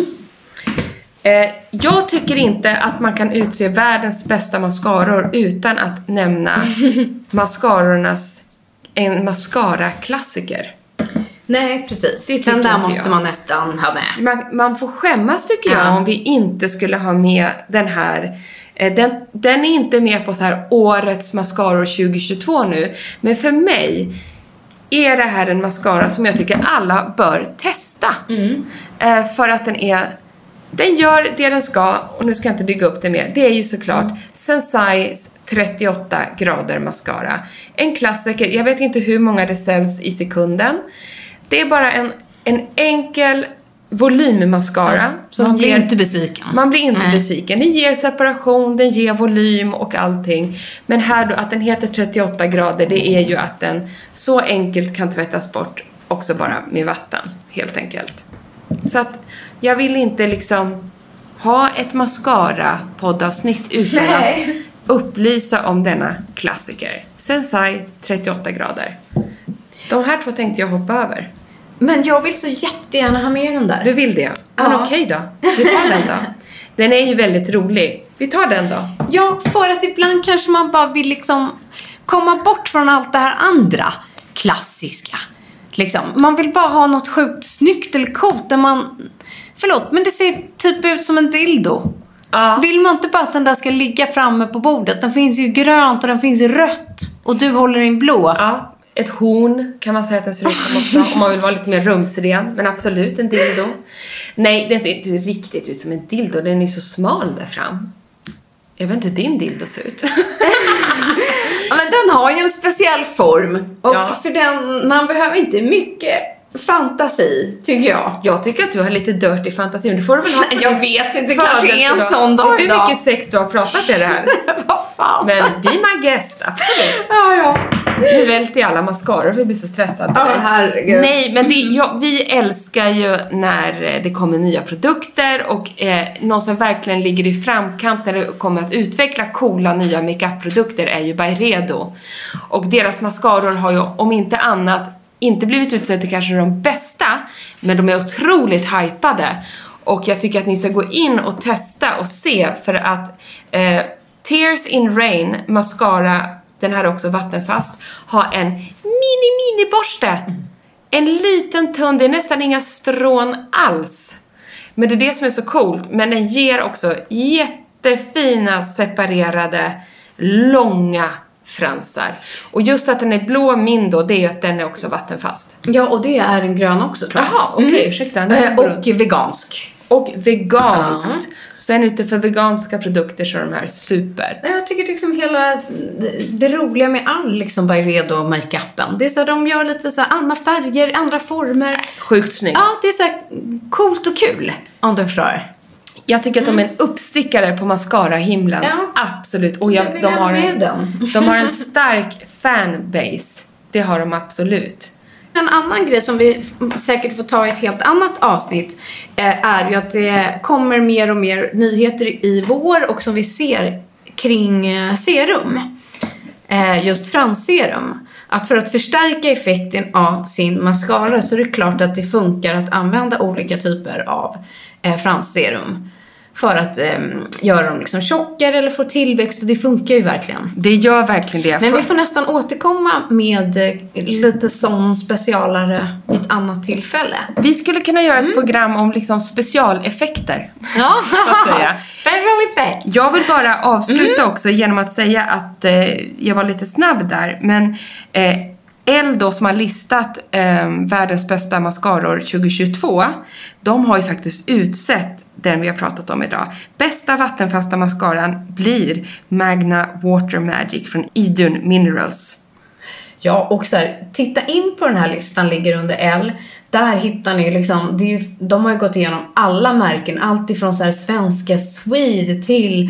B: Jag tycker inte att man kan utse världens bästa mascaror utan att nämna mascarornas en mascara-klassiker.
C: Nej, precis.
B: Det
C: Den där måste
B: jag.
C: man nästan ha med.
B: Man, man får skämmas, tycker jag,
C: ja.
B: om vi inte skulle ha med den här. Den, den är inte med på så här årets mascaror tjugohundratjugotvå nu. Men för mig är det här en mascara som jag tycker alla bör testa.
C: Mm.
B: För att den är... Den gör det den ska, och nu ska jag inte bygga upp det mer. Det är ju såklart mm. Sensai's trettioåtta grader mascara. En klassiker, jag vet inte hur många det säljs i sekunden. Det är bara en, en enkel volymmascara.
C: Mm. Som man blir ger, inte besviken.
B: Man blir inte
C: Nej.
B: besviken. Den ger separation, den ger volym och allting. Men här då, att den heter trettioåtta grader, det är ju att den så enkelt kan tvättas bort också bara med vatten, helt enkelt. Så att jag vill inte liksom ha ett mascara-poddavsnitt utan
C: Nej.
B: att upplysa om denna klassiker. Sensai trettioåtta grader. De här två tänkte jag hoppa över.
C: Men jag vill så jättegärna ha med den där.
B: Du vill det? Men
C: ja.
B: okej då. Vi tar den då. Den är ju väldigt rolig. Vi tar den då.
C: Ja, för att ibland kanske man bara vill liksom komma bort från allt det här andra klassiska. Liksom. Man vill bara ha något sjukt snyggt eller coolt där man... Förlåt, men det ser typ ut som en dildo.
B: Ja.
C: Vill man inte bara att den där ska ligga framme på bordet? Den finns ju grönt och den finns i rött. Och du håller in blå.
B: Ja, ett horn kan man säga att den ser ut som också. Om man vill vara lite mer rumsren. Men absolut en dildo. Nej, den ser inte riktigt ut som en dildo. Den är så smal där fram. Jag vet inte hur din dildo ser ut.
C: Ja, men den har ju en speciell form. Och
B: Ja.
C: för den, man behöver inte mycket fantasi, tycker jag.
B: Jag tycker att du har lite dirty fantasi. Men du får väl ha...
C: Jag vet inte, kanske är en sån dag
B: Vet du hur
C: idag.
B: mycket sex du har pratat i det här?
C: Vad fan?
B: Men be my guest, absolut.
C: Ja, ja.
B: Nu välter jag alla mascaror för jag blir så stressad.
C: Ja, herregud.
B: Nej, men det, ja, vi älskar ju när det kommer nya produkter och eh, någon som verkligen ligger i framkant när det kommer att utveckla coola nya makeup-produkter är ju Byredo. Och deras mascaror har ju, om inte annat, inte blivit utsett till kanske de bästa, men de är otroligt hypade. Och jag tycker att ni ska gå in och testa och se, för att eh, Tears in Rain mascara, den här är också vattenfast, har en mini mini borste. Mm. En liten tunn, det är nästan inga strån alls. Men det är det som är så coolt. Men den ger också jättefina separerade långa fransar. Och just att den är blå min då, det är ju att den är också vattenfast.
C: Ja, och det är en grön också, tror jag.
B: Jaha, okej, okay, ursäkta.
C: Mm. Och vegansk.
B: Och veganskt.
C: Ja.
B: Sen ute för veganska produkter så är de här super.
C: Jag tycker liksom hela det, det roliga med all liksom Byredo makeupen. Det är så här, de gör lite så här andra färger, andra former.
B: Sjukt snyggt.
C: Ja, det är så här coolt och kul, om du förstår.
B: Jag tycker att de är en uppstickare på mascara-himlen.
C: Ja.
B: Absolut. Och jag,
C: jag
B: de, har en,
C: den.
B: de har en stark fanbase. Det har de absolut.
C: En annan grej som vi säkert får ta i ett helt annat avsnitt eh, är ju att det kommer mer och mer nyheter i vår och som vi ser kring eh, serum. Eh, just fransserum. Att för att förstärka effekten av sin mascara så är det klart att det funkar att använda olika typer av eh, fransserum. För att eh, göra dem liksom tjockare eller få tillväxt, och det funkar ju verkligen.
B: Det gör verkligen det.
C: Men vi får nästan återkomma med eh, lite sån specialare vid ett annat tillfälle.
B: Vi skulle kunna göra ett program om liksom specialeffekter.
C: Ja,
B: så att säga.
C: special effect.
B: Jag vill bara avsluta mm. också genom att säga att eh, jag var lite snabb där. Men eh, Elle då, som har listat eh, världens bästa mascaror tjugohundratjugotvå, de har ju faktiskt utsett den vi har pratat om idag. Bästa vattenfasta mascaran blir Magna Water Magic från Idun Minerals.
C: Ja, och så här, titta in på den här listan, ligger under Elle. Där hittar ni liksom, det är ju, de har ju gått igenom alla märken. Allt ifrån så här svenska Swede till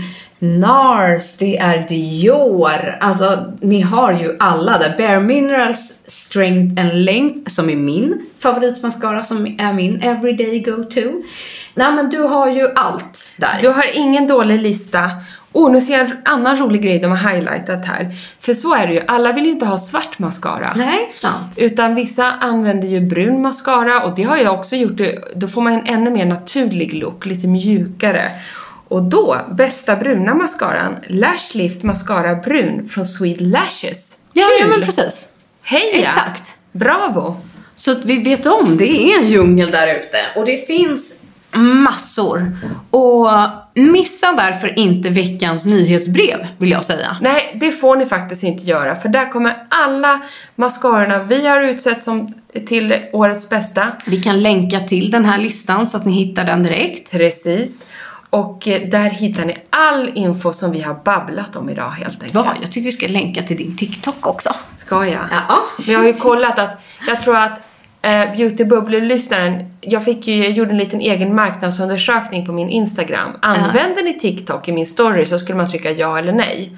C: NARS, det är Dior. Alltså, ni har ju alla där. Bare Minerals Strength and Length, som är min favoritmascara, som är min everyday go-to. Nej, men du har ju allt där.
B: Du har ingen dålig lista. Oh, nu ser jag en annan rolig grej de har highlightat här. För så är det ju. Alla vill ju inte ha svart mascara.
C: Nej, sant.
B: Utan vissa använder ju brun mascara. Och det har jag också gjort. Då får man en ännu mer naturlig look. Lite mjukare. Och då, bästa bruna mascaran. Lash Lift Mascara Brun från Sweet Lashes.
C: Ja,
B: Kul.
C: ja, men precis.
B: Heja!
C: Exakt.
B: Bravo!
C: Så att vi vet om, det är en djungel där ute. Och det finns massor. Och missa därför inte veckans nyhetsbrev, vill jag säga.
B: Nej, det får ni faktiskt inte göra. För där kommer alla mascarorna vi har utsett som till årets bästa.
C: Vi kan länka till den här listan så att ni hittar den direkt.
B: Precis. Och där hittar ni all info som vi har babblat om idag, helt enkelt.
C: Ja, jag tycker vi ska länka till din TikTok också.
B: Ska jag?
C: Ja.
B: Men jag har ju kollat att, jag tror att eh, Beauty Bubble-lyssnaren, jag fick ju, jag gjorde en liten egen marknadsundersökning på min Instagram. Använder ni TikTok i min story, så skulle man trycka ja eller nej.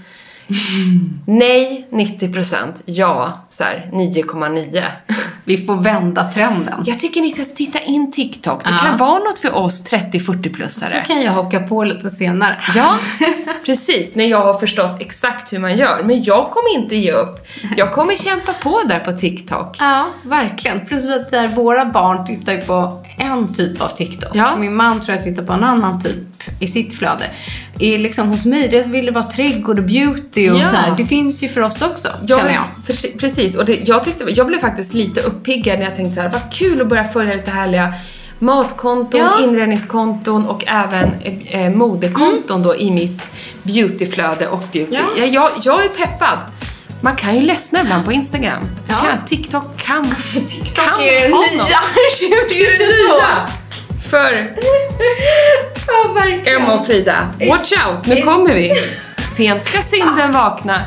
B: Mm. Nej, nittio procent. Ja, så här, nio komma nio.
C: Vi får vända trenden.
B: Jag tycker ni ska titta in TikTok. Det
C: ja.
B: kan vara något för oss trettio fyrtio-plussare.
C: Så kan jag hocka på lite senare.
B: Ja, precis. När jag har förstått exakt hur man gör. Men jag kommer inte ge upp. Jag kommer kämpa på där på TikTok.
C: Ja, verkligen. Plus att där, våra barn tittar på en typ av TikTok.
B: Ja.
C: Min man tror jag tittar på en annan typ i sitt flöde. I liksom hos mig, det vill det vara trädgård och beauty och
B: Ja.
C: så här. Det finns ju för oss också,
B: jag,
C: känner jag.
B: För, precis, och det, jag, tyckte, jag blev faktiskt lite uppiggad när jag tänkte så här, vad kul att börja följa lite härliga matkonton,
C: Ja.
B: inredningskonton och även eh, modekonton mm. då i mitt beautyflöde och beauty.
C: Ja.
B: Jag, jag, jag är peppad. Man kan ju ledsna ibland på Instagram. Jag
C: Ja.
B: känner att TikTok kan
C: TikTok
B: kan
C: är det
B: ha
C: nya
B: något.
C: tjugo
B: Det är det nya. För
C: Ja, verkligen.
B: Emma och Frida, watch out, nu kommer vi. Sent ska synden vakna.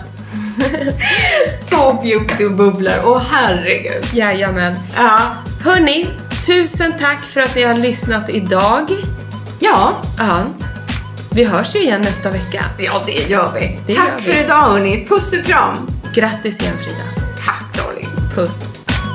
C: Så beauty och bubblar. Åh, herregud.
B: Jajamän.
C: Ja.
B: Hörni, tusen tack för att ni har lyssnat idag.
C: Ja.
B: Ja. Vi hörs ju igen nästa vecka.
C: Ja, det gör vi.
B: Det
C: Tack
B: gör vi.
C: för idag, hörni. Puss och kram.
B: Grattis igen, Frida.
C: Tack, darling.
B: Puss.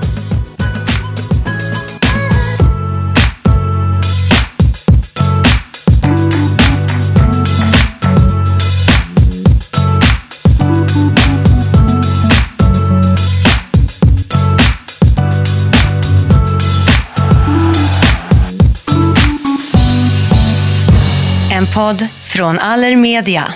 D: En podd från Allermedia.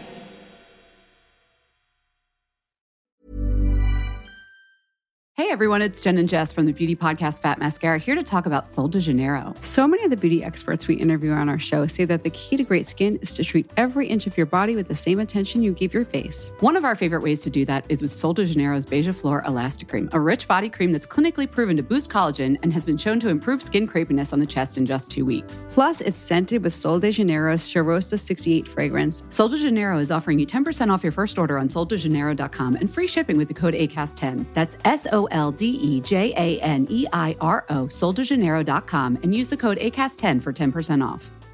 A: Hey everyone, it's Jen and Jess from the beauty podcast Fat Mascara here to talk about Sol de Janeiro. So many of the beauty experts we interview on our show say that the key to great skin is to treat every inch of your body with the same attention you give your face. One of our favorite ways to do that is with Sol de Janeiro's Beija Flor Elastic Cream, a rich body cream that's clinically proven to boost collagen and has been shown to improve skin crepiness on the chest in just two weeks. Plus, it's scented with Sol de Janeiro's Charosta sixty-eight fragrance. Sol de Janeiro is offering you ten percent off your first order on sol de janeiro dot com and free shipping with the code A C A S ten. That's S O L D E J A N E I R O, sol de janeiro dot com, and use the code A C A S ten for ten percent off.